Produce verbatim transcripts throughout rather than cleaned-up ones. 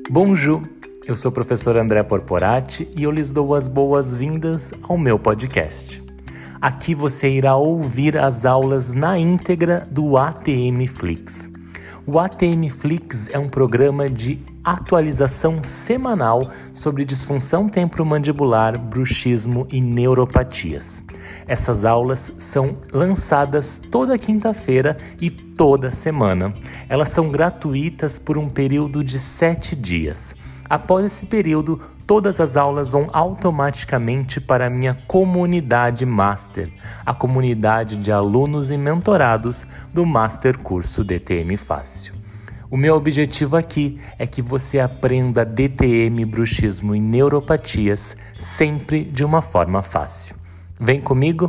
Bonjour, eu sou o professor André Porporati e eu lhes dou as boas-vindas ao meu podcast. Aqui você irá ouvir as aulas na íntegra do A T M Flix. O A T M Flix é um programa de atualização semanal sobre disfunção temporomandibular, bruxismo e neuropatias. Essas aulas são lançadas toda quinta-feira e toda semana. Elas são gratuitas por um período de sete dias. Após esse período, todas as aulas vão automaticamente para a minha comunidade Master, a comunidade de alunos e mentorados do Master Curso D T M Fácil. O meu objetivo aqui é que você aprenda D T M, bruxismo e neuropatias sempre de uma forma fácil. Vem comigo?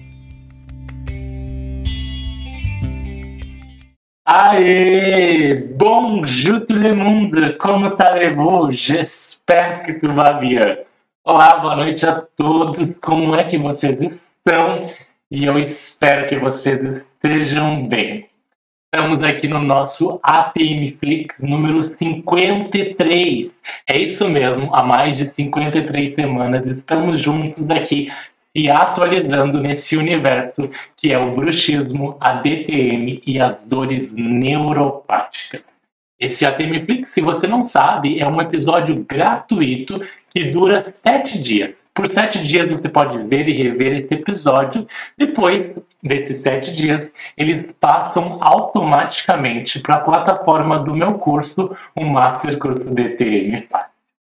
Aê! Bonjour tout le monde! Como allez-vous? J'espère que tout va bien. Olá, boa noite a todos. Como é que vocês estão? E eu espero que vocês estejam bem. Estamos aqui no nosso A T M Flix número cinquenta e três. É isso mesmo, há mais de cinquenta e três semanas estamos juntos aqui se atualizando nesse universo que é o bruxismo, a D T M e as dores neuropáticas. Esse A T M Flix, se você não sabe, é um episódio gratuito que dura sete dias. Por sete dias você pode ver e rever esse episódio. Depois desses sete dias, eles passam automaticamente para a plataforma do meu curso, o Master Curso D T M Fácil.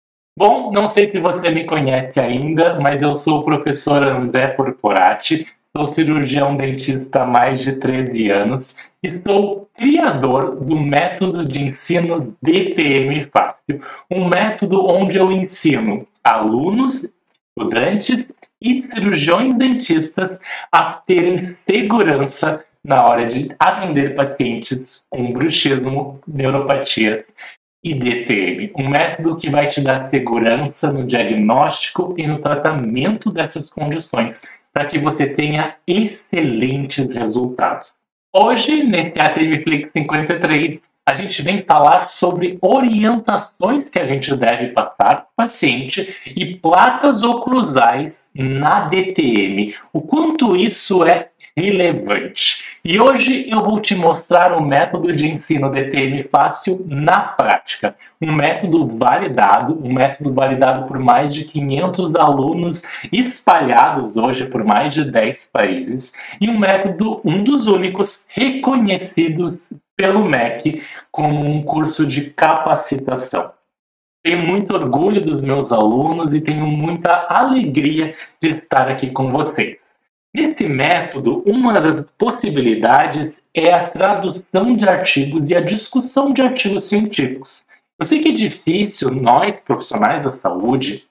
Bom, não sei se você me conhece ainda, mas eu sou o professor André Porporati, sou cirurgião dentista há mais de treze anos e sou criador do método de ensino D T M Fácil, um método onde eu ensino alunos, estudantes e cirurgiões dentistas a terem segurança na hora de atender pacientes com bruxismo, neuropatias e D T M, um método que vai te dar segurança no diagnóstico e no tratamento dessas condições, para que você tenha excelentes resultados. Hoje, nesse A T M Flix cinquenta e três, a gente vem falar sobre orientações que a gente deve passar para o paciente e placas oclusais na D T M. O quanto isso é relevante. E hoje eu vou te mostrar o método de ensino D T M Fácil na prática. Um método validado, um método validado por mais de quinhentos alunos espalhados hoje por mais de dez países e um método, um dos únicos reconhecidos pelo M E C como um curso de capacitação. Tenho muito orgulho dos meus alunos e tenho muita alegria de estar aqui com vocês. Nesse método, uma das possibilidades é a tradução de artigos e a discussão de artigos científicos. Eu sei que é difícil, nós, profissionais da saúde,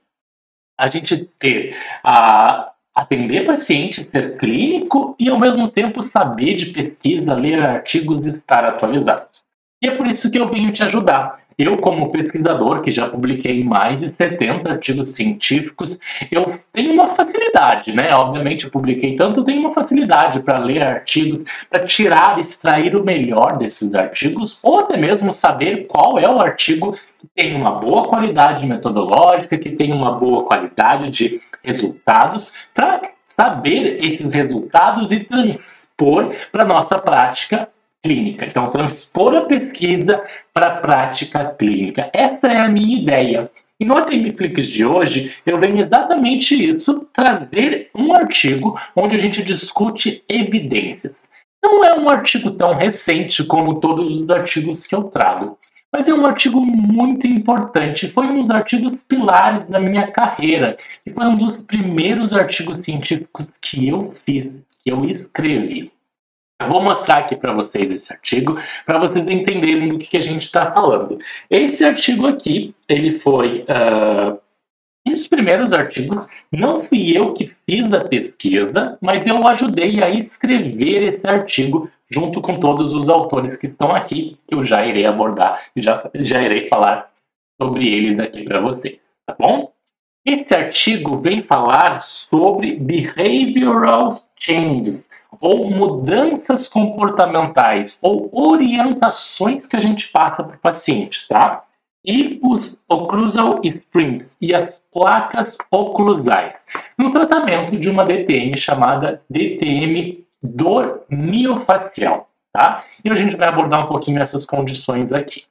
a gente ter a atender pacientes, ser clínico e, ao mesmo tempo, saber de pesquisa, ler artigos e estar atualizado. E é por isso que eu venho te ajudar. Eu, como pesquisador, que já publiquei mais de setenta artigos científicos, eu tenho uma facilidade, né? Obviamente, eu publiquei tanto, eu tenho uma facilidade para ler artigos, para tirar, extrair o melhor desses artigos, ou até mesmo saber qual é o artigo que tem uma boa qualidade metodológica, que tem uma boa qualidade de resultados, para saber esses resultados e transpor para a nossa prática clínica. Então, transpor a pesquisa para a prática clínica. Essa é a minha ideia. E no A T M Flix de hoje, eu venho exatamente isso, trazer um artigo onde a gente discute evidências. Não é um artigo tão recente como todos os artigos que eu trago, mas é um artigo muito importante. Foi um dos artigos pilares da minha carreira e foi um dos primeiros artigos científicos que eu fiz, que eu escrevi. Eu vou mostrar aqui para vocês esse artigo, para vocês entenderem do que, que a gente está falando. Esse artigo aqui, ele foi uh, um dos primeiros artigos. Não fui eu que fiz a pesquisa, mas eu ajudei a escrever esse artigo junto com todos os autores que estão aqui, que eu já irei abordar e já, já irei falar sobre eles aqui para vocês, tá bom? Esse artigo vem falar sobre behavioral changes, ou mudanças comportamentais, ou orientações que a gente passa para o paciente, tá? e os occlusal springs e as placas oclusais, no tratamento de uma D T M chamada D T M dor miofacial, tá? E a gente vai abordar um pouquinho essas condições aqui.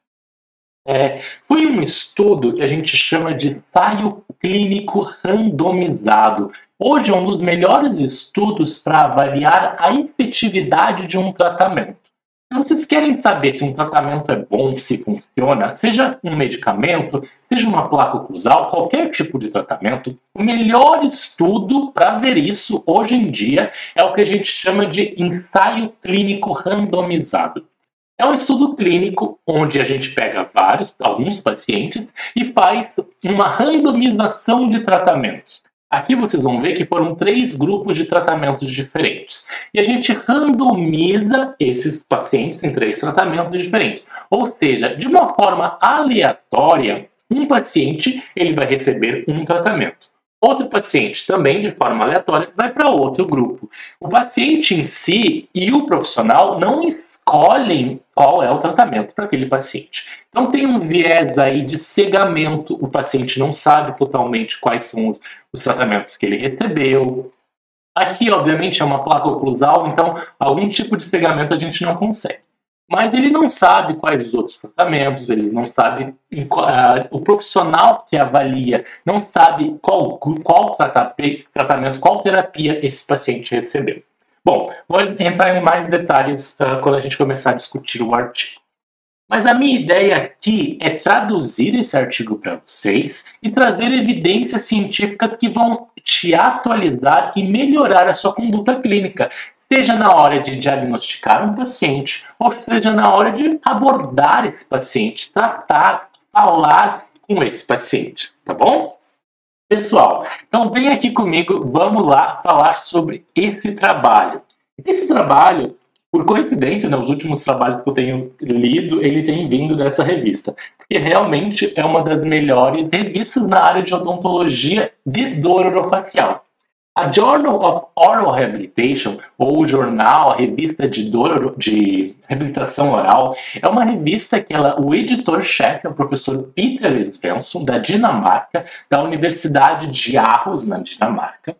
É, foi um estudo que a gente chama de ensaio clínico randomizado. Hoje é um dos melhores estudos para avaliar a efetividade de um tratamento. Se vocês querem saber se um tratamento é bom, se funciona, seja um medicamento, seja uma placa oclusal, qualquer tipo de tratamento, o melhor estudo para ver isso hoje em dia é o que a gente chama de ensaio clínico randomizado. É um estudo clínico onde a gente pega vários, alguns pacientes e faz uma randomização de tratamentos. Aqui vocês vão ver que foram três grupos de tratamentos diferentes. E a gente randomiza esses pacientes em três tratamentos diferentes. Ou seja, de uma forma aleatória, um paciente ele vai receber um tratamento. Outro paciente, também de forma aleatória, vai para outro grupo. O paciente em si e o profissional não escolhem qual é o tratamento para aquele paciente. Então tem um viés aí de cegamento, o paciente não sabe totalmente quais são os, os tratamentos que ele recebeu. Aqui, obviamente, é uma placa oclusal, então algum tipo de cegamento a gente não consegue. Mas ele não sabe quais os outros tratamentos, ele não sabe, uh, o profissional que avalia não sabe qual, qual tratamento, qual terapia esse paciente recebeu. Bom, vou entrar em mais detalhes uh, quando a gente começar a discutir o artigo. Mas a minha ideia aqui é traduzir esse artigo para vocês e trazer evidências científicas que vão te atualizar e melhorar a sua conduta clínica, seja na hora de diagnosticar um paciente ou seja na hora de abordar esse paciente, tratar, falar com esse paciente, tá bom? Pessoal, então vem aqui comigo, vamos lá falar sobre esse trabalho. Esse trabalho, por coincidência, nos últimos trabalhos que eu tenho lido, ele tem vindo dessa revista, porque realmente é uma das melhores revistas na área de odontologia de dor orofacial. A Journal of Oral Rehabilitation, ou o jornal, a revista de dor de reabilitação oral, é uma revista que ela, o editor-chefe é o professor Peter Svensson, da Dinamarca, da Universidade de Aarhus, na Dinamarca.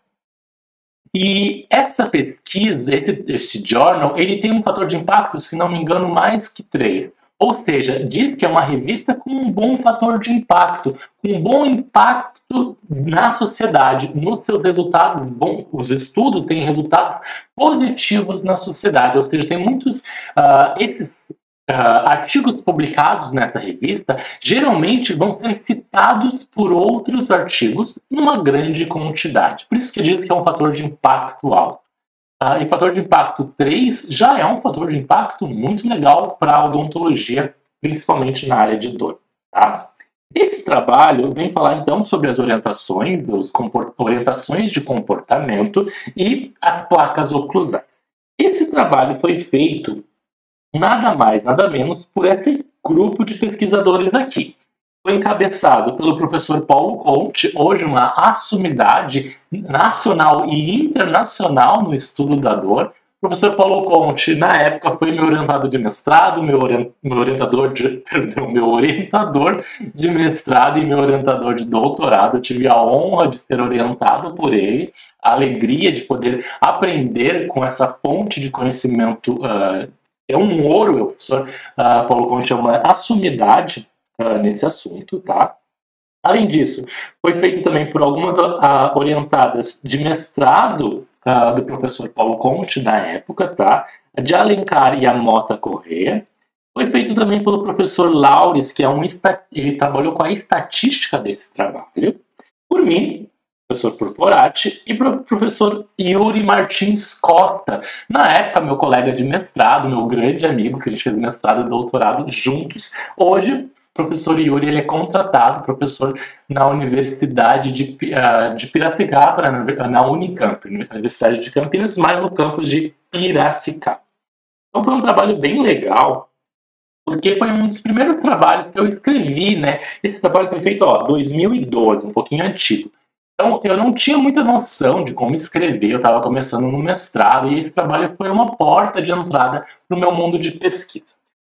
E essa pesquisa, esse, esse journal, ele tem um fator de impacto, se não me engano, mais que três. Ou seja, diz que é uma revista com um bom fator de impacto, com um bom impacto na sociedade, nos seus resultados. Bom, os estudos têm resultados positivos na sociedade, ou seja, tem muitos uh, esses uh, artigos publicados nessa revista, geralmente vão ser citados por outros artigos numa grande quantidade. Por isso que diz que é um fator de impacto alto. Uh, e fator de impacto três já é um fator de impacto muito legal para a odontologia, principalmente na área de dor. Tá? Esse trabalho vem falar então sobre as orientações, dos orientações de comportamento e as placas oclusais. Esse trabalho foi feito nada mais, nada menos por esse grupo de pesquisadores aqui. Foi encabeçado pelo professor Paulo Conte, hoje uma assumidade nacional e internacional no estudo da dor. O professor Paulo Conte, na época, foi meu orientador de mestrado, meu, orient... meu orientador de, perdão, meu orientador de mestrado e meu orientador de doutorado. Eu tive a honra de ser orientado por ele, a alegria de poder aprender com essa fonte de conhecimento. Uh, é um ouro, o professor uh, Paulo Conte é uma assumidade Uh, nesse assunto, tá? Além disso, foi feito também por algumas uh, orientadas de mestrado uh, do professor Paulo Conte, na época, tá? De Alencar e Amota Corrêa. Foi feito também pelo professor Laures, que é um ele trabalhou com a estatística desse trabalho. Por mim, professor Porporati, e pro professor Yuri Martins Costa, na época meu colega de mestrado, meu grande amigo, que a gente fez mestrado e doutorado juntos. Hoje, o professor Yuri ele é contratado, professor na Universidade de, uh, de Piracicaba, na, na Unicamp, na Universidade de Campinas, mas no campus de Piracicaba. Então foi um trabalho bem legal, porque foi um dos primeiros trabalhos que eu escrevi, né? Esse trabalho foi feito em dois mil e doze, um pouquinho antigo. Então eu não tinha muita noção de como escrever, eu estava começando no mestrado, e esse trabalho foi uma porta de entrada para o meu mundo de pesquisa.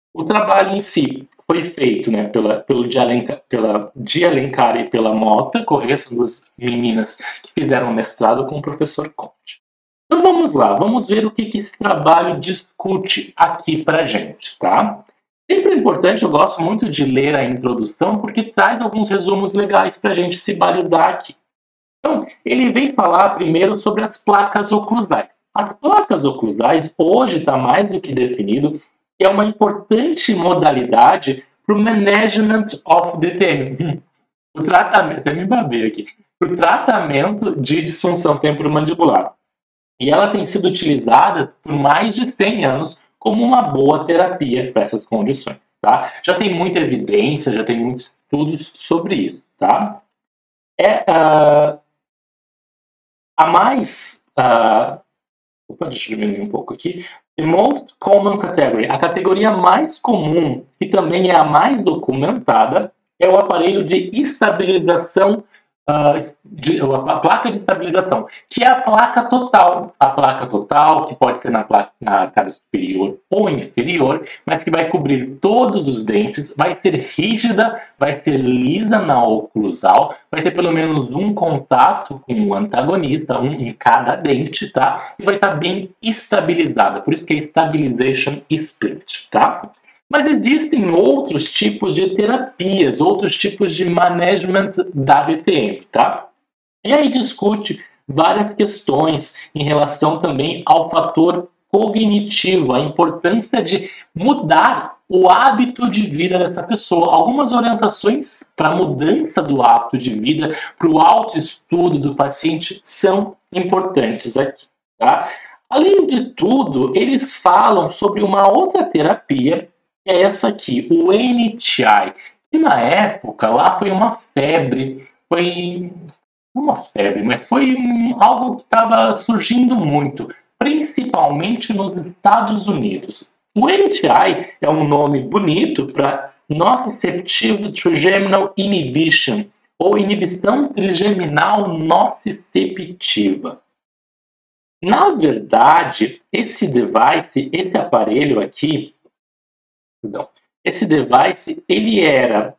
O trabalho em si foi feito, né, pela, pelo de Alencar, pela de Alencar e pela Mota Corrêa, são duas meninas que fizeram mestrado com o professor Conte. Então vamos lá, vamos ver o que, que esse trabalho discute aqui pra gente, tá? Sempre é importante, eu gosto muito de ler a introdução, porque traz alguns resumos legais pra gente se balizar aqui. Então, ele vem falar primeiro sobre as placas oclusais. As placas oclusais, hoje está mais do que definido, que é uma importante modalidade para o management of the T M. O tratamento, até me babei aqui, o tratamento de disfunção temporomandibular. E ela tem sido utilizada por mais de cem anos como uma boa terapia para essas condições, tá? Já tem muita evidência, já tem muitos estudos sobre isso, tá? É, uh, a mais... Uh, opa, deixa eu diminuir um pouco aqui. The most common category. A categoria mais comum, que também é a mais documentada, é o aparelho de estabilização, uh, de, a placa de estabilização, que é a placa total. A placa total, que pode ser na, placa, na cara superior ou inferior, mas que vai cobrir todos os dentes, vai ser rígida, vai ser lisa na oclusal, vai ter pelo menos um contato com o antagonista, um em cada dente, tá? E vai estar bem estabilizada, por isso que é Stabilization Split, tá? Mas existem outros tipos de terapias, outros tipos de management da D T M, tá? E aí discute várias questões em relação também ao fator cognitivo, a importância de mudar o hábito de vida dessa pessoa. Algumas orientações para a mudança do hábito de vida, para o autoestudo do paciente, são importantes aqui, tá? Além de tudo, eles falam sobre uma outra terapia, que é essa aqui, o N T I, que na época lá foi uma febre, foi uma febre, mas foi algo que estava surgindo muito, principalmente nos Estados Unidos. O N T I é um nome bonito para Nociceptive Trigeminal Inhibition, ou inibição trigeminal nociceptiva. Na verdade, esse device, esse aparelho aqui, perdão, esse device, ele era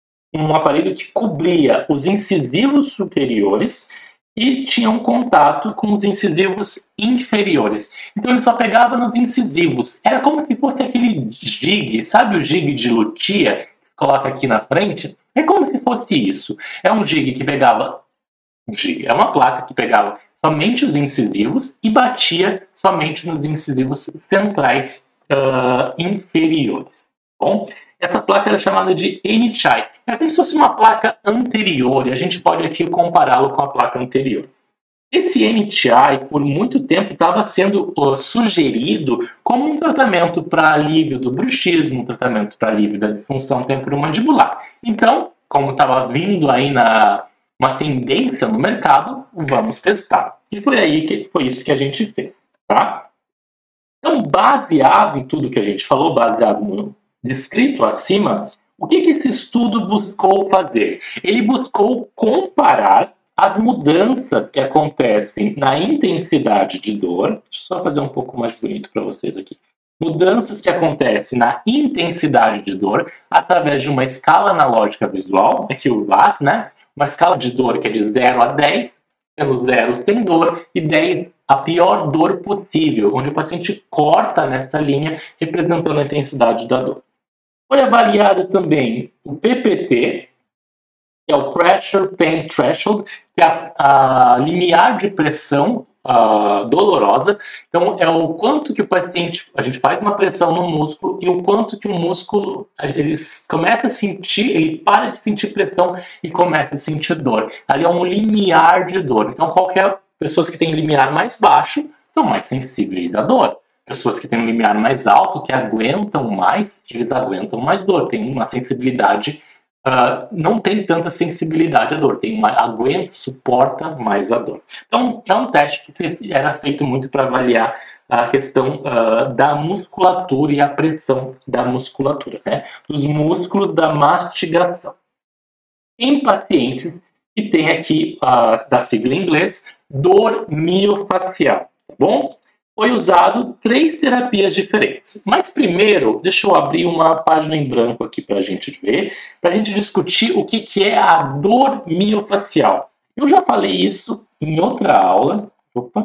um aparelho que cobria os incisivos superiores e tinha um contato com os incisivos inferiores. Então ele só pegava nos incisivos. Era como se fosse aquele gig, sabe o gig de luthier que se coloca aqui na frente? É como se fosse isso. É um gig que pegava... Um gig, é uma placa que pegava somente os incisivos e batia somente nos incisivos centrais uh, inferiores. Bom, essa placa era chamada de N T I. É como se fosse uma placa anterior, e a gente pode aqui compará-lo com a placa anterior. Esse N T I, por muito tempo, estava sendo uh, sugerido como um tratamento para alívio do bruxismo, um tratamento para alívio da disfunção temporomandibular. Então, como estava vindo aí na... uma tendência no mercado, vamos testar. E foi aí que foi isso que a gente fez, tá? Então, baseado em tudo que a gente falou, baseado no descrito acima, o que, que esse estudo buscou fazer? Ele buscou comparar as mudanças que acontecem na intensidade de dor. Deixa eu só fazer um pouco mais bonito para vocês aqui. Mudanças que acontecem na intensidade de dor através de uma escala analógica visual, aqui o V A S, né? Uma escala de dor que é de zero a dez, sendo zero sem dor e dez a pior dor possível, onde o paciente corta nessa linha representando a intensidade da dor. Foi avaliado também o P P T, que é o Pressure Pain Threshold, que é a, a limiar de pressão uh, dolorosa. Então, é o quanto que o paciente... A gente faz uma pressão no músculo e o quanto que o músculo ele começa a sentir, ele para de sentir pressão e começa a sentir dor. Ali é um limiar de dor. Então, qualquer pessoas que têm limiar mais baixo são mais sensíveis à dor. Pessoas que têm um limiar mais alto, que aguentam mais, eles aguentam mais dor. Tem uma sensibilidade... Uh, não tem tanta sensibilidade à dor, tem uma, aguenta, suporta mais a dor. Então, é um teste que era feito muito para avaliar a questão uh, da musculatura e a pressão da musculatura, né? Dos músculos da mastigação. Em pacientes que tem aqui, uh, da sigla em inglês, dor miofacial, tá bom? foi usado três terapias diferentes. Mas primeiro, deixa eu abrir uma página em branco aqui para a gente ver, para a gente discutir o que, que é a dor miofacial. Eu já falei isso em outra aula. Opa.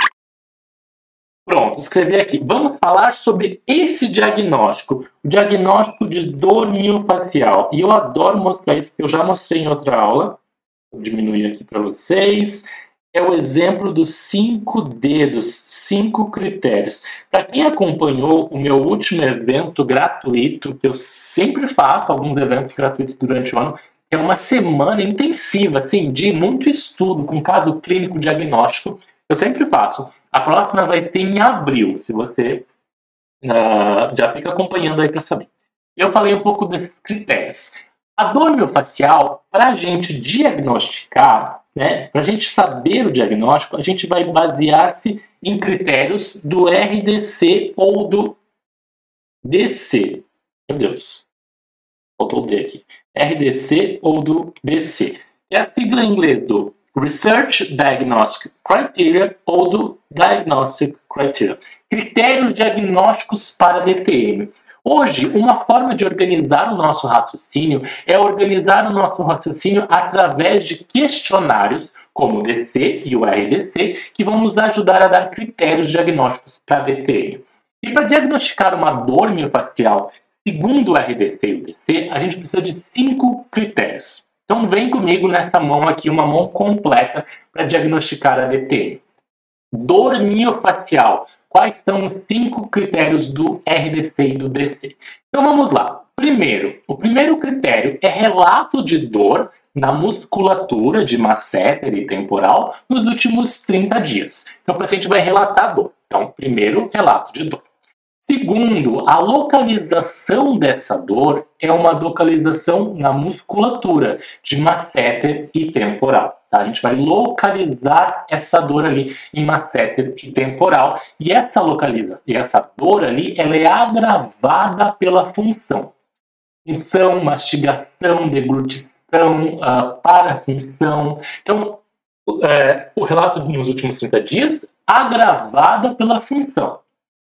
Pronto, escrevi aqui. Vamos falar sobre esse diagnóstico, o diagnóstico de dor miofacial. E eu adoro mostrar isso, porque eu já mostrei em outra aula. Vou diminuir aqui para vocês. É o exemplo dos cinco dedos, cinco critérios. Para quem acompanhou o meu último evento gratuito, que eu sempre faço alguns eventos gratuitos durante o ano, é uma semana intensiva, assim, de muito estudo, com caso clínico diagnóstico, eu sempre faço. A próxima vai ser em abril, se você uh, já fica acompanhando aí para saber. Eu falei um pouco desses critérios. A dor miofacial, para a gente diagnosticar, né, para a gente saber o diagnóstico, a gente vai basear-se em critérios do R D C ou do D C. Meu Deus, faltou o D aqui. R D C ou do D C. É a sigla em inglês do Research Diagnostic Criteria ou do Diagnostic Criteria. Critérios diagnósticos para D T M. Hoje, uma forma de organizar o nosso raciocínio é organizar o nosso raciocínio através de questionários, como o D C e o R D C, que vão nos ajudar a dar critérios diagnósticos para D T M. E para diagnosticar uma dor miofacial, segundo o R D C e o D C, a gente precisa de cinco critérios. Então vem comigo nessa mão aqui, uma mão completa, para diagnosticar a D T M. Dor miofacial. Quais são os cinco critérios do R D C e do D C? Então vamos lá. Primeiro, o primeiro critério é relato de dor na musculatura de masséter e temporal nos últimos trinta dias. Então o paciente vai relatar a dor. Então, primeiro, relato de dor. Segundo, a localização dessa dor é uma localização na musculatura de masséter e temporal. Tá? A gente vai localizar essa dor ali em masséter e temporal. E essa localização, e essa dor ali, ela é agravada pela função. Função, mastigação, deglutição, uh, parafunção. Então, é, o relato nos últimos trinta dias, agravada pela função.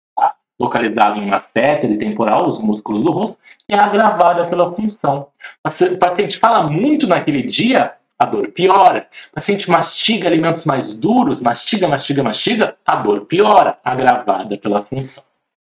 Localizado em masséter e temporal, os músculos do rosto, e é agravada pela função. O paciente fala muito naquele dia, a dor piora. O paciente mastiga alimentos mais duros, mastiga, mastiga, mastiga, a dor piora, agravada pela função.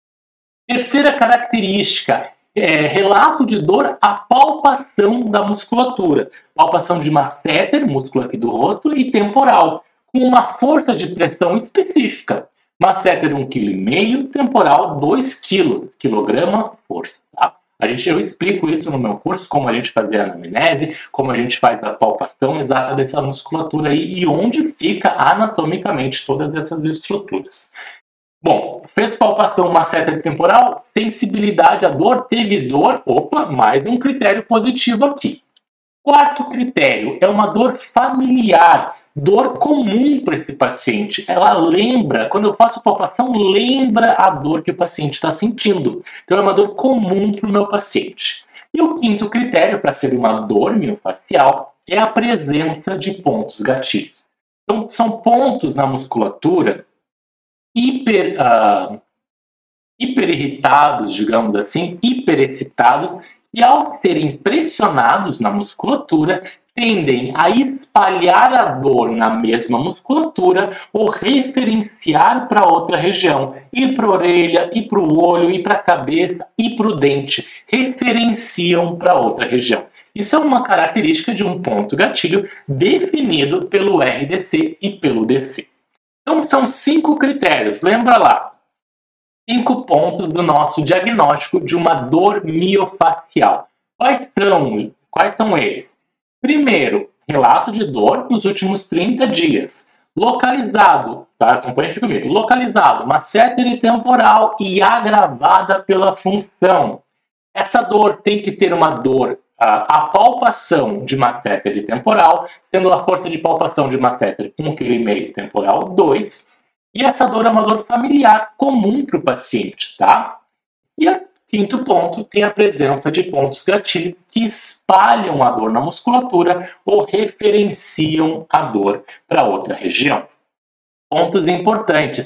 Terceira característica, é relato de dor à palpação da musculatura. Palpação de masséter, músculo aqui do rosto, e temporal, com uma força de pressão específica. Masséter um vírgula cinco quilograma, temporal dois quilos, quilograma, força. Tá? A gente, eu explico isso no meu curso, como a gente faz a anamnese, como a gente faz a palpação exata dessa musculatura aí e onde fica anatomicamente todas essas estruturas. Bom, fez palpação masséter temporal, sensibilidade à dor, teve dor, opa, mais um critério positivo aqui. Quarto critério é uma dor familiar, dor comum para esse paciente. Ela lembra, quando eu faço palpação, lembra a dor que o paciente está sentindo. Então é uma dor comum para o meu paciente. E o quinto critério para ser uma dor miofacial é a presença de pontos gatilhos. Então são pontos na musculatura hiper, uh, hiperirritados, digamos assim, hiperexcitados, e ao serem pressionados na musculatura, tendem a espalhar a dor na mesma musculatura ou referenciar para outra região, ir para a orelha, ir para o olho, ir para a cabeça, ir para o dente, referenciam para outra região. Isso é uma característica de um ponto gatilho definido pelo R D C e pelo D C. Então são cinco critérios, lembra lá. Cinco pontos do nosso diagnóstico de uma dor miofacial. Quais são, quais são eles? Primeiro, relato de dor nos últimos trinta dias. Localizado, tá? Acompanha aqui comigo. Localizado, masséter e temporal e agravada pela função. Essa dor tem que ter uma dor, a, a palpação de masséter e temporal, sendo a força de palpação de masséter um vírgula cinco quilograma, temporal dois. E essa dor é uma dor familiar comum para o paciente, tá? E o quinto ponto tem a presença de pontos gatilho que espalham a dor na musculatura ou referenciam a dor para outra região. Pontos importantes.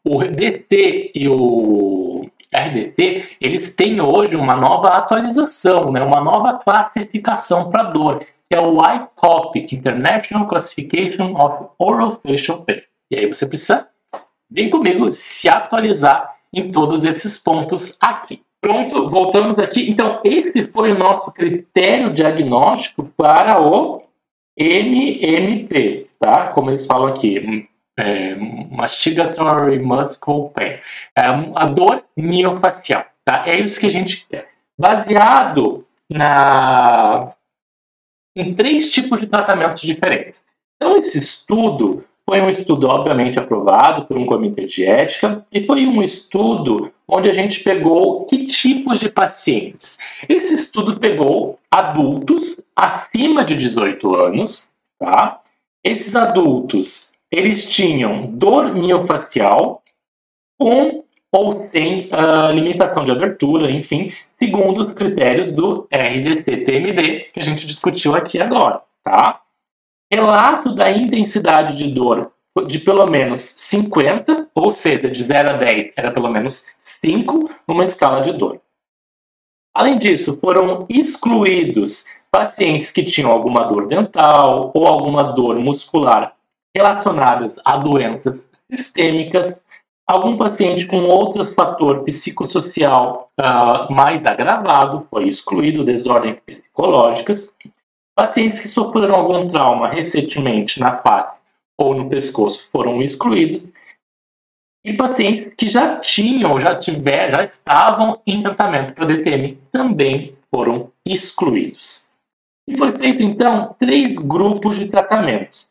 O D C e o R D C, eles têm hoje uma nova atualização, né? Uma nova classificação para dor, que é o I C O P, International Classification of Orofacial Pain. E aí você precisa vir comigo se atualizar em todos esses pontos aqui. Pronto, voltamos aqui. Então, esse foi o nosso critério diagnóstico para o M M P, tá? Como eles falam aqui, é, Mastigatory Muscle Pain, é a dor miofacial, tá? É isso que a gente quer. Baseado na... em três tipos de tratamentos diferentes. Então, esse estudo foi um estudo, obviamente, aprovado por um comitê de ética e foi um estudo onde a gente pegou que tipos de pacientes. Esse estudo pegou adultos acima de dezoito anos, tá? Esses adultos, eles tinham dor miofacial com ou sem uh, limitação de abertura, enfim, segundo os critérios do R D C T M D, que a gente discutiu aqui agora, tá? Relato da intensidade de dor de pelo menos cinquenta, ou seja, de zero a dez era pelo menos cinco numa escala de dor. Além disso, foram excluídos pacientes que tinham alguma dor dental ou alguma dor muscular relacionadas a doenças sistêmicas, algum paciente com outro fator psicossocial uh, mais agravado foi excluído, desordens psicológicas. Pacientes que sofreram algum trauma recentemente na face ou no pescoço foram excluídos. E pacientes que já tinham, já tiver, já estavam em tratamento para D T M também foram excluídos. E foi feito, então, três grupos de tratamentos.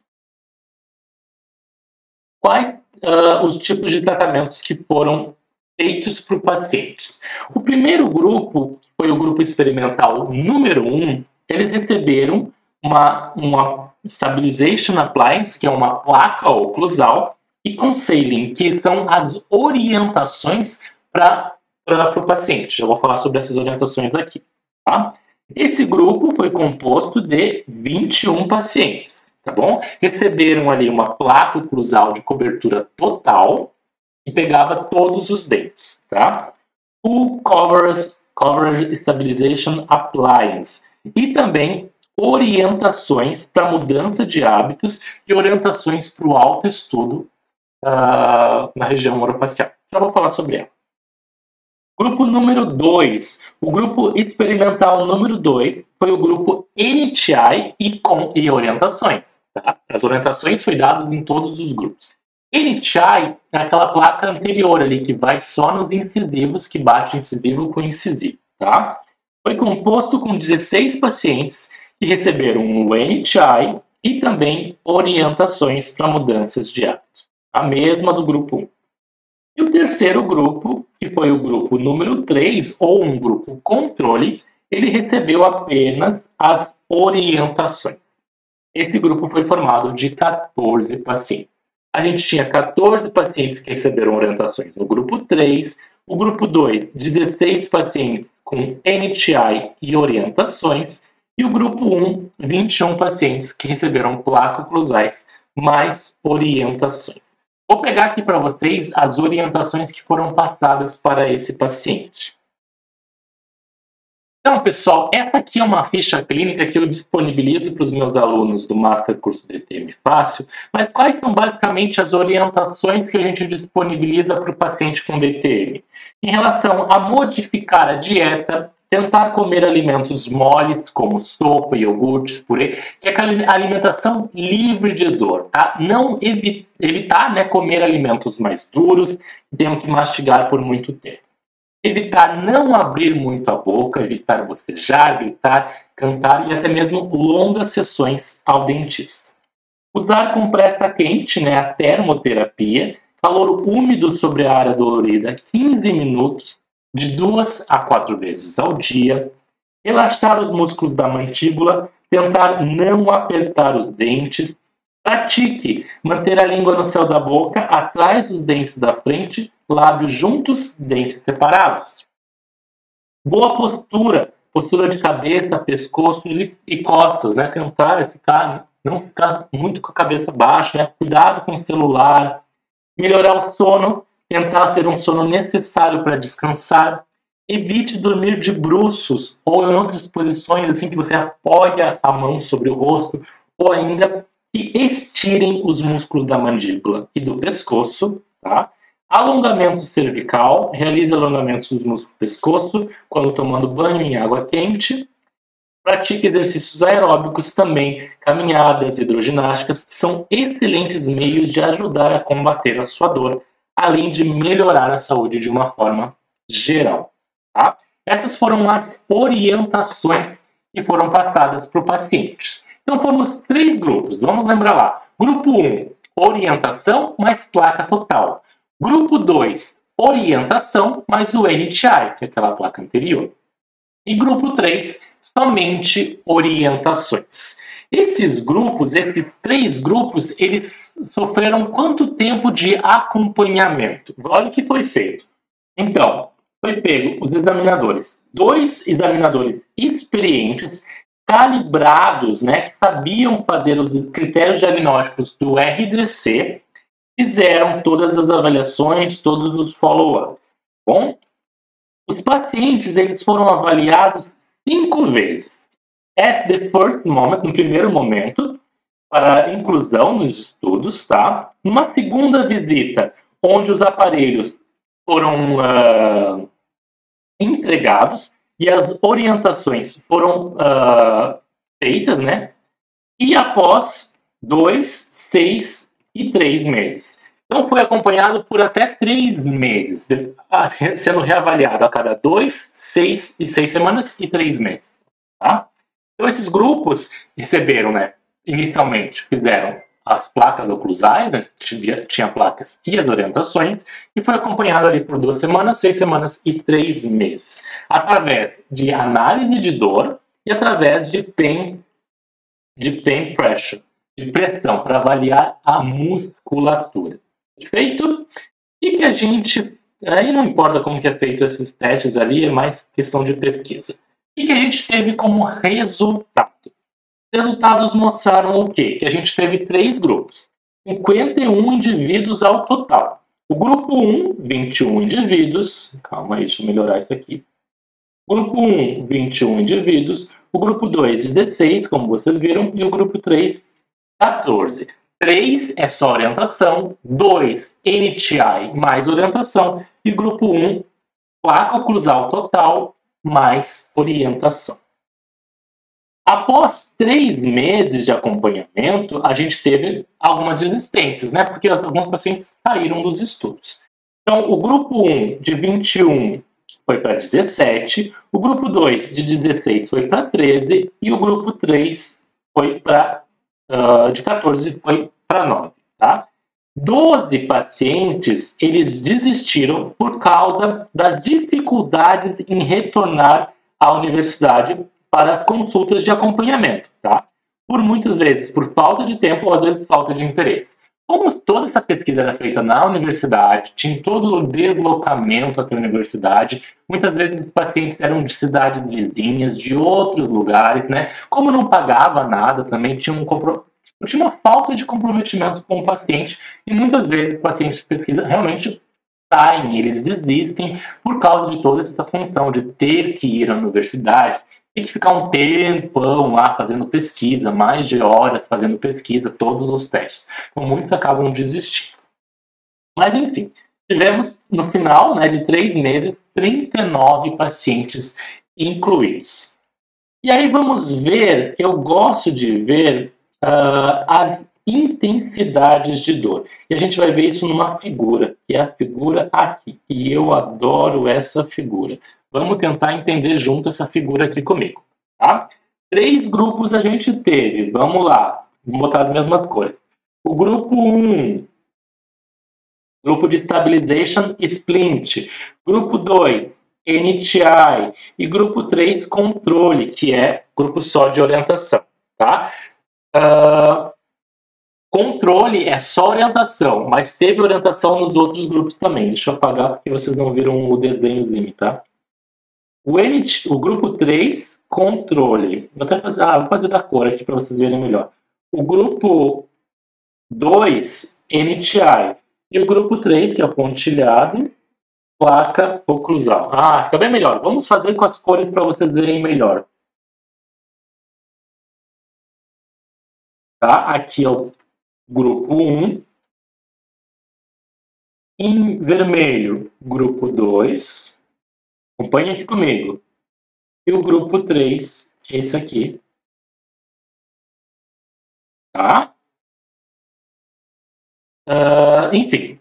Quais uh, os tipos de tratamentos que foram feitos para os pacientes? O primeiro grupo, que foi o grupo experimental número um, eles receberam uma, uma Stabilization Appliance, que é uma placa oclusal, e Counseling, que são as orientações para o paciente. Já vou falar sobre essas orientações aqui. Tá? Esse grupo foi composto de vinte e um pacientes. Tá bom? Receberam ali uma placa oclusal de cobertura total e pegava todos os dentes. Tá? O Coverage, Coverage Stabilization Appliance. E também orientações para mudança de hábitos e orientações para o autoestudo uh, na região orofacial. Já vou falar sobre ela. Grupo número dois. O grupo experimental número dois foi o grupo N T I e com e orientações. Tá? As orientações foram dadas em todos os grupos. N T I é aquela placa anterior ali que vai só nos incisivos, que bate incisivo com incisivo. Tá? Foi composto com dezesseis pacientes que receberam o N T I e também orientações para mudanças de hábitos. A mesma do grupo um. E o terceiro grupo, que foi o grupo número três, ou um grupo controle, ele recebeu apenas as orientações. Esse grupo foi formado de quatorze pacientes. A gente tinha quatorze pacientes que receberam orientações no grupo três, o grupo dois, dezesseis pacientes com N T I e orientações, e o grupo um, vinte e um pacientes que receberam placas oclusais mais orientações. Vou pegar aqui para vocês as orientações que foram passadas para esse paciente. Então, pessoal, essa aqui é uma ficha clínica que eu disponibilizo para os meus alunos do Master Curso D T M Fácil, mas quais são basicamente as orientações que a gente disponibiliza para o paciente com D T M? Em relação a modificar a dieta, tentar comer alimentos moles, como sopa, iogurtes, purê, que é aquela alimentação livre de dor, tá? Não evi evitar né, comer alimentos mais duros, que tenham que mastigar por muito tempo. Evitar não abrir muito a boca, evitar bocejar, gritar, cantar e até mesmo longas sessões ao dentista. Usar compressa quente, né, a termoterapia, calor úmido sobre a área dolorida, quinze minutos, de duas a quatro vezes ao dia, relaxar os músculos da mandíbula, tentar não apertar os dentes, pratique manter a língua no céu da boca, atrás dos dentes da frente, lábios juntos, dentes separados. Boa postura, postura de cabeça, pescoço e costas, né? Tentar ficar, não ficar muito com a cabeça baixa, né? Cuidado com o celular, melhorar o sono tentar ter um sono necessário para descansar. Evite dormir de bruços ou em outras posições assim que você apoia a mão sobre o rosto, ou ainda que estirem os músculos da mandíbula e do pescoço, tá? Alongamento cervical, realize alongamentos dos músculos do pescoço quando tomando banho em água quente. Pratique exercícios aeróbicos também, caminhadas, hidroginásticas, que são excelentes meios de ajudar a combater a sua dor, além de melhorar a saúde de uma forma geral. Tá? Essas foram as orientações que foram passadas para o paciente. Então foram os três grupos, vamos lembrar lá. Grupo um, orientação mais placa total. Grupo dois, orientação mais o N T I, que é aquela placa anterior. E grupo três, somente orientações. Esses grupos, esses três grupos, eles sofreram quanto tempo de acompanhamento? Olha o que foi feito. Então, foi pego os examinadores, dois examinadores experientes, calibrados, né, que sabiam fazer os critérios diagnósticos do R D C, fizeram todas as avaliações, todos os follow-ups. Bom, os pacientes eles foram avaliados cinco vezes. At the first moment, no primeiro momento, para inclusão nos estudos, tá? Numa segunda visita, onde os aparelhos foram uh, entregados e as orientações foram uh, feitas, né? E após dois, seis e três meses. Então foi acompanhado por até três meses, sendo reavaliado a cada dois, seis e seis semanas e três meses. Tá? Então esses grupos receberam, né? Inicialmente fizeram as placas oclusais, né? tinha, tinha placas e as orientações, e foi acompanhado ali por duas semanas, seis semanas e três meses, através de análise de dor e através de pain, de pain pressure, de pressão, para avaliar a musculatura. Perfeito? O que, que a gente... Aí não importa como que é feito esses testes ali, é mais questão de pesquisa. O que, que a gente teve como resultado? Os resultados mostraram o quê? Que a gente teve três grupos. cinquenta e um indivíduos ao total. O grupo um, vinte e um indivíduos. Calma aí, deixa eu melhorar isso aqui. Grupo um, vinte e um indivíduos. O grupo dois, dezesseis, como vocês viram. E o grupo três, quatorze. três é só orientação. dois, N T I mais orientação. E grupo um, placa oclusal total mais orientação. Após três meses de acompanhamento, a gente teve algumas desistências, né? Porque alguns pacientes saíram dos estudos. Então, o grupo um de vinte e um foi para dezessete, o grupo dois de dezesseis foi para treze e o grupo três foi para uh, de quatorze foi para nove, tá? doze pacientes, eles desistiram por causa das dificuldades em retornar à universidade para as consultas de acompanhamento, tá? Por muitas vezes por falta de tempo ou às vezes falta de interesse. Como toda essa pesquisa era feita na universidade, tinha todo o deslocamento até a universidade, muitas vezes os pacientes eram de cidades vizinhas, de outros lugares, né? Como não pagava nada, também tinha, um compro... tinha uma falta de comprometimento com o paciente e muitas vezes os pacientes de pesquisa realmente saem, eles desistem por causa de toda essa função de ter que ir à universidade, tem que ficar um tempão lá fazendo pesquisa, mais de horas fazendo pesquisa, todos os testes. Então, muitos acabam desistindo. Mas, enfim, tivemos no final, né, de três meses, trinta e nove pacientes incluídos. E aí vamos ver, eu gosto de ver uh, as intensidades de dor. E a gente vai ver isso numa figura, que é a figura aqui. E eu adoro essa figura. Vamos tentar entender junto essa figura aqui comigo, tá? Três grupos a gente teve. Vamos lá. Vou botar as mesmas cores. O grupo um, grupo de Stabilization Splint. Grupo dois, N T I. E grupo três, Controle, que é grupo só de orientação, tá? Uh, controle é só orientação, mas teve orientação nos outros grupos também. Deixa eu apagar porque vocês não viram o desenhozinho, tá? O, N T, o grupo três, controle. Vou até fazer, ah, vou fazer da cor aqui para vocês verem melhor. O grupo dois, N T I. E o grupo três, que é o pontilhado, placa oclusal. Ah, fica bem melhor. Vamos fazer com as cores para vocês verem melhor. Tá? Aqui é o grupo um. Em vermelho, grupo dois. Acompanhe aqui comigo. E o grupo três, esse aqui. Tá? Uh, enfim.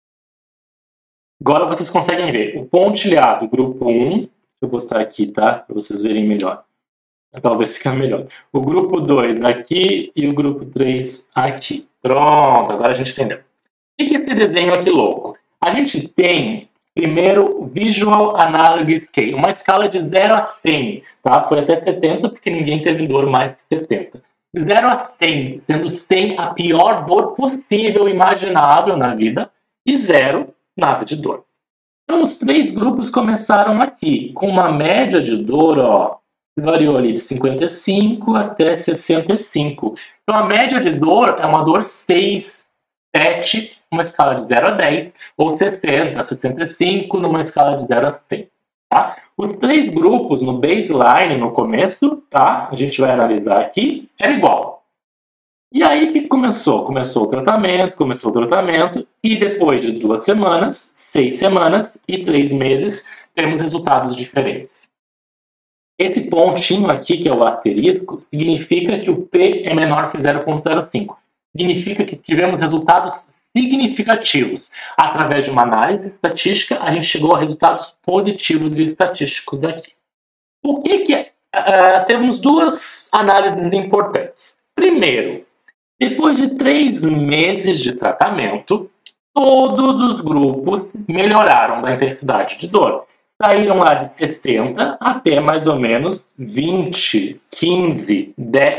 Agora vocês conseguem ver. O pontilhado, grupo um. Deixa eu botar aqui, tá? Para vocês verem melhor. Talvez fique melhor. O grupo dois aqui e o grupo três aqui. Pronto, agora a gente entendeu. O que é esse desenho aqui louco? A gente tem, primeiro, Visual Analog Scale, uma escala de zero a cem, tá? Foi até setenta, porque ninguém teve dor mais que setenta. De zero a cem, sendo cem a pior dor possível, imaginável na vida, e zero, nada de dor. Então, os três grupos começaram aqui, com uma média de dor, ó, que variou ali de cinquenta e cinco até sessenta e cinco. Então, a média de dor é uma dor seis, sete, uma escala de zero a dez, ou sessenta a sessenta e cinco, numa escala de zero a cem. Tá? Os três grupos no baseline, no começo, tá? A gente vai analisar aqui, era igual. E aí o que começou? Começou o tratamento, começou o tratamento, e depois de duas semanas, seis semanas e três meses, temos resultados diferentes. Esse pontinho aqui, que é o asterisco, significa que o P é menor que zero vírgula zero cinco. Significa que tivemos resultados significativos. Através de uma análise estatística, a gente chegou a resultados positivos e estatísticos aqui. O que que é? Uh, temos duas análises importantes. Primeiro, depois de três meses de tratamento, todos os grupos melhoraram da intensidade de dor. Saíram lá de sessenta até mais ou menos vinte, quinze,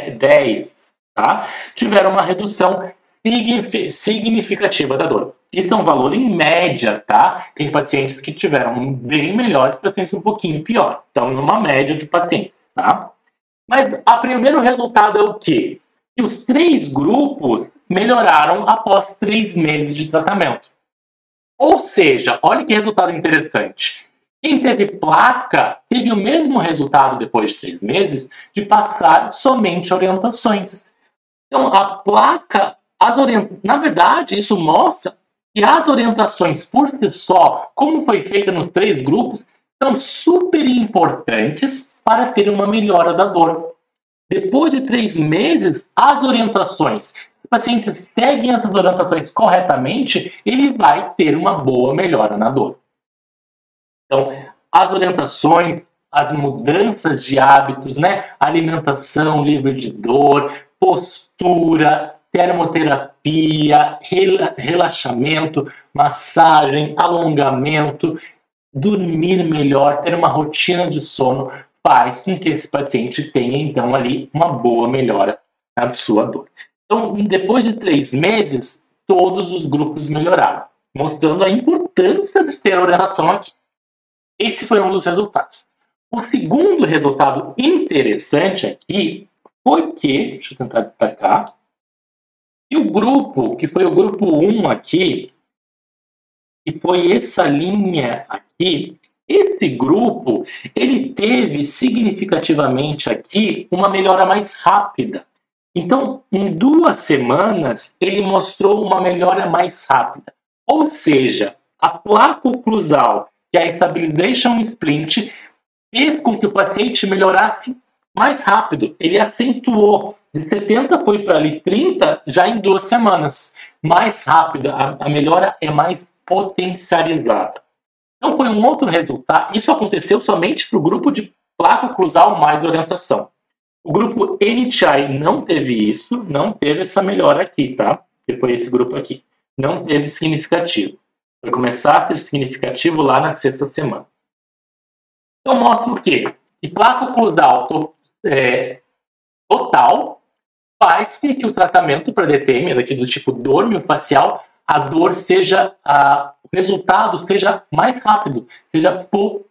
dez, tá? Tiveram uma redução significativa da dor. Isso é um valor em média, tá? Tem pacientes que tiveram bem melhor e pacientes um pouquinho pior. Então, numa média de pacientes, tá? Mas o primeiro resultado é o quê? Que os três grupos melhoraram após três meses de tratamento. Ou seja, olha que resultado interessante. Quem teve placa teve o mesmo resultado depois de três meses de passar somente orientações. Então, a placa, as orient... na verdade, isso mostra que as orientações por si só, como foi feita nos três grupos, são super importantes para ter uma melhora da dor. Depois de três meses, as orientações, se o paciente segue essas orientações corretamente, ele vai ter uma boa melhora na dor. Então, as orientações, as mudanças de hábitos, né? Alimentação livre de dor, postura, termoterapia, relaxamento, massagem, alongamento, dormir melhor, ter uma rotina de sono, faz com que esse paciente tenha, então, ali uma boa melhora na sua dor. Então, depois de três meses, todos os grupos melhoraram, mostrando a importância de ter orientação aqui. Esse foi um dos resultados. O segundo resultado interessante aqui foi que, deixa eu tentar destacar, que o grupo, que foi o grupo um aqui, que foi essa linha aqui, esse grupo, ele teve significativamente aqui uma melhora mais rápida. Então, em duas semanas, ele mostrou uma melhora mais rápida. Ou seja, a placa oclusal e a Stabilization Splint fez com que o paciente melhorasse mais rápido. Ele acentuou. De setenta foi para ali trinta já em duas semanas. Mais rápida. A, a melhora é mais potencializada. Então foi um outro resultado. Isso aconteceu somente para o grupo de placa oclusal mais orientação. O grupo N T I não teve isso, não teve essa melhora aqui, tá? Que foi esse grupo aqui. Não teve significativo. Vai começar a ser significativo lá na sexta semana. Então mostra o quê? Que placa oclusal to, é, total faz com que o tratamento para D T M, daqui do tipo dor miofascial, a dor seja, a, o resultado seja mais rápido, seja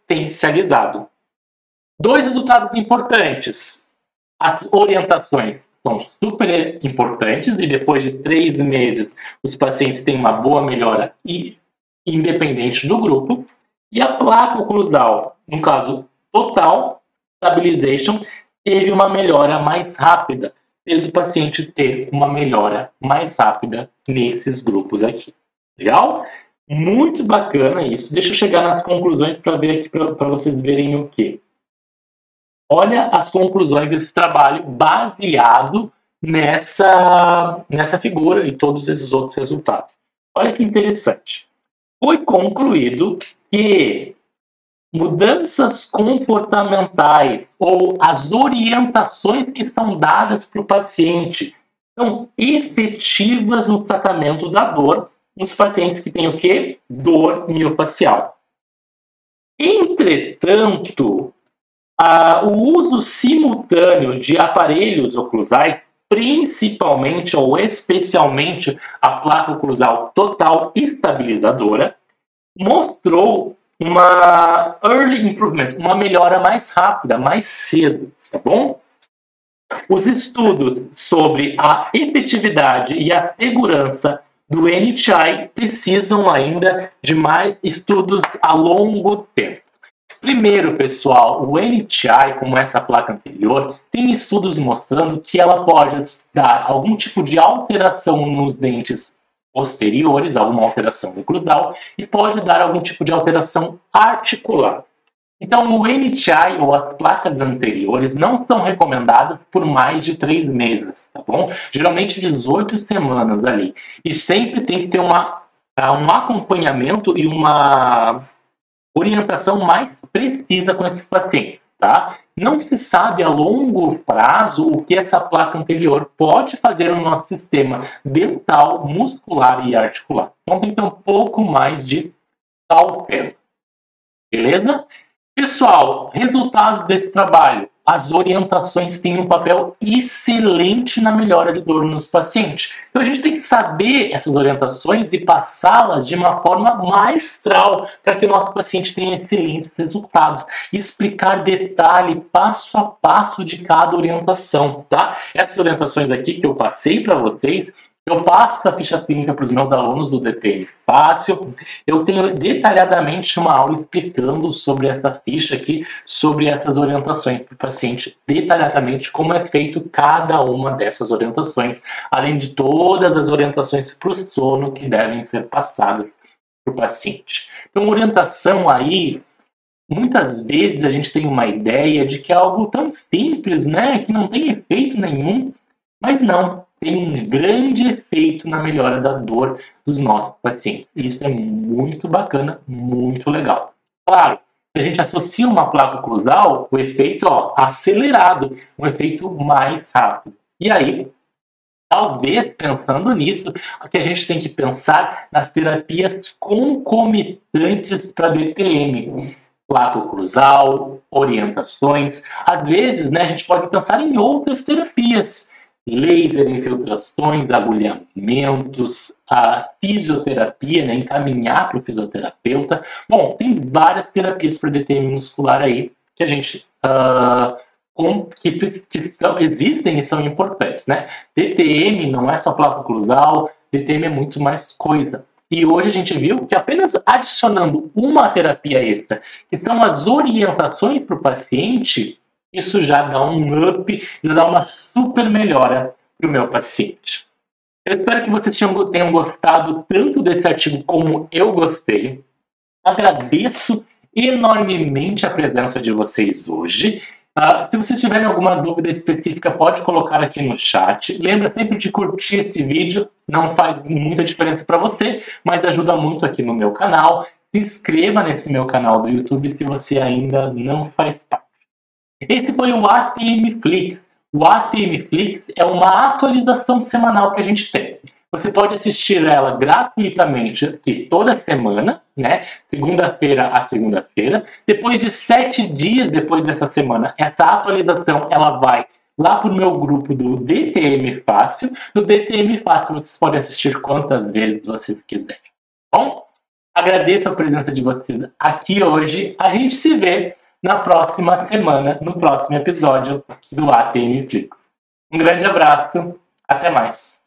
potencializado. Dois resultados importantes. As orientações são super importantes e depois de três meses os pacientes têm uma boa melhora e independente do grupo. E a placa oclusal, no caso total stabilization, teve uma melhora mais rápida, fez o paciente ter uma melhora mais rápida nesses grupos aqui. Legal? Muito bacana isso. Deixa eu chegar nas conclusões para ver aqui para vocês verem o quê. Olha as conclusões desse trabalho baseado nessa, nessa figura e todos esses outros resultados. Olha que interessante. Foi concluído que mudanças comportamentais ou as orientações que são dadas para o paciente são efetivas no tratamento da dor nos pacientes que têm o quê? Dor miofacial. Entretanto, a, o uso simultâneo de aparelhos oclusais, principalmente ou especialmente a placa oclusal total estabilizadora, mostrou uma early improvement, uma melhora mais rápida, mais cedo, tá bom? Os estudos sobre a efetividade e a segurança do N H I precisam ainda de mais estudos a longo tempo. Primeiro, pessoal, o N H I, como essa placa anterior, tem estudos mostrando que ela pode dar algum tipo de alteração nos dentes posteriores, alguma alteração oclusal, e pode dar algum tipo de alteração articular. Então, o N H I ou as placas anteriores não são recomendadas por mais de três meses, tá bom? Geralmente dezoito semanas ali. E sempre tem que ter uma, um acompanhamento e uma orientação mais precisa com esses pacientes, tá? Não se sabe a longo prazo o que essa placa anterior pode fazer no nosso sistema dental, muscular e articular. Então tem que ter um pouco mais de cautela. Beleza? Pessoal, resultados desse trabalho. As orientações têm um papel excelente na melhora de dor nos pacientes. Então a gente tem que saber essas orientações e passá-las de uma forma maestral para que o nosso paciente tenha excelentes resultados. Explicar detalhe, passo a passo de cada orientação, tá? Essas orientações aqui que eu passei para vocês, eu passo essa ficha clínica para os meus alunos do D T M Fácil. Eu tenho detalhadamente uma aula explicando sobre essa ficha aqui, sobre essas orientações para o paciente, detalhadamente como é feito cada uma dessas orientações, além de todas as orientações para o sono que devem ser passadas para o paciente. Então, orientação aí, muitas vezes a gente tem uma ideia de que é algo tão simples, né, que não tem efeito nenhum, mas não. Tem um grande efeito na melhora da dor dos nossos pacientes. E isso é muito bacana, muito legal. Claro, se a gente associa uma placa oclusal, o efeito ó, acelerado, um efeito mais rápido. E aí, talvez pensando nisso, que a gente tem que pensar nas terapias concomitantes para D T M. Placa oclusal, orientações. Às vezes, né, a gente pode pensar em outras terapias. Laser, infiltrações, agulhamentos, a fisioterapia, né, encaminhar para o fisioterapeuta. Bom, tem várias terapias para D T M muscular aí que a gente uh, com, que, que são, existem e são importantes, né? D T M não é só placa oclusal, D T M é muito mais coisa. E hoje a gente viu que apenas adicionando uma terapia extra, que são as orientações para o paciente, isso já dá um up, já dá uma super melhora para o meu paciente. Eu espero que vocês tenham gostado tanto desse artigo como eu gostei. Agradeço enormemente a presença de vocês hoje. Uh, se vocês tiverem alguma dúvida específica, pode colocar aqui no chat. Lembra sempre de curtir esse vídeo, não faz muita diferença para você, mas ajuda muito aqui no meu canal. Se inscreva nesse meu canal do YouTube se você ainda não faz parte. Esse foi o A T M Flix. O A T M Flix é uma atualização semanal que a gente tem. Você pode assistir ela gratuitamente aqui toda semana, né? Segunda-feira a segunda-feira. Depois de sete dias depois dessa semana, essa atualização ela vai lá para o meu grupo do D T M Fácil. No D T M Fácil vocês podem assistir quantas vezes vocês quiserem. Bom, agradeço a presença de vocês aqui hoje. A gente se vê na próxima semana, no próximo episódio do A T M Flix. Um grande abraço, até mais.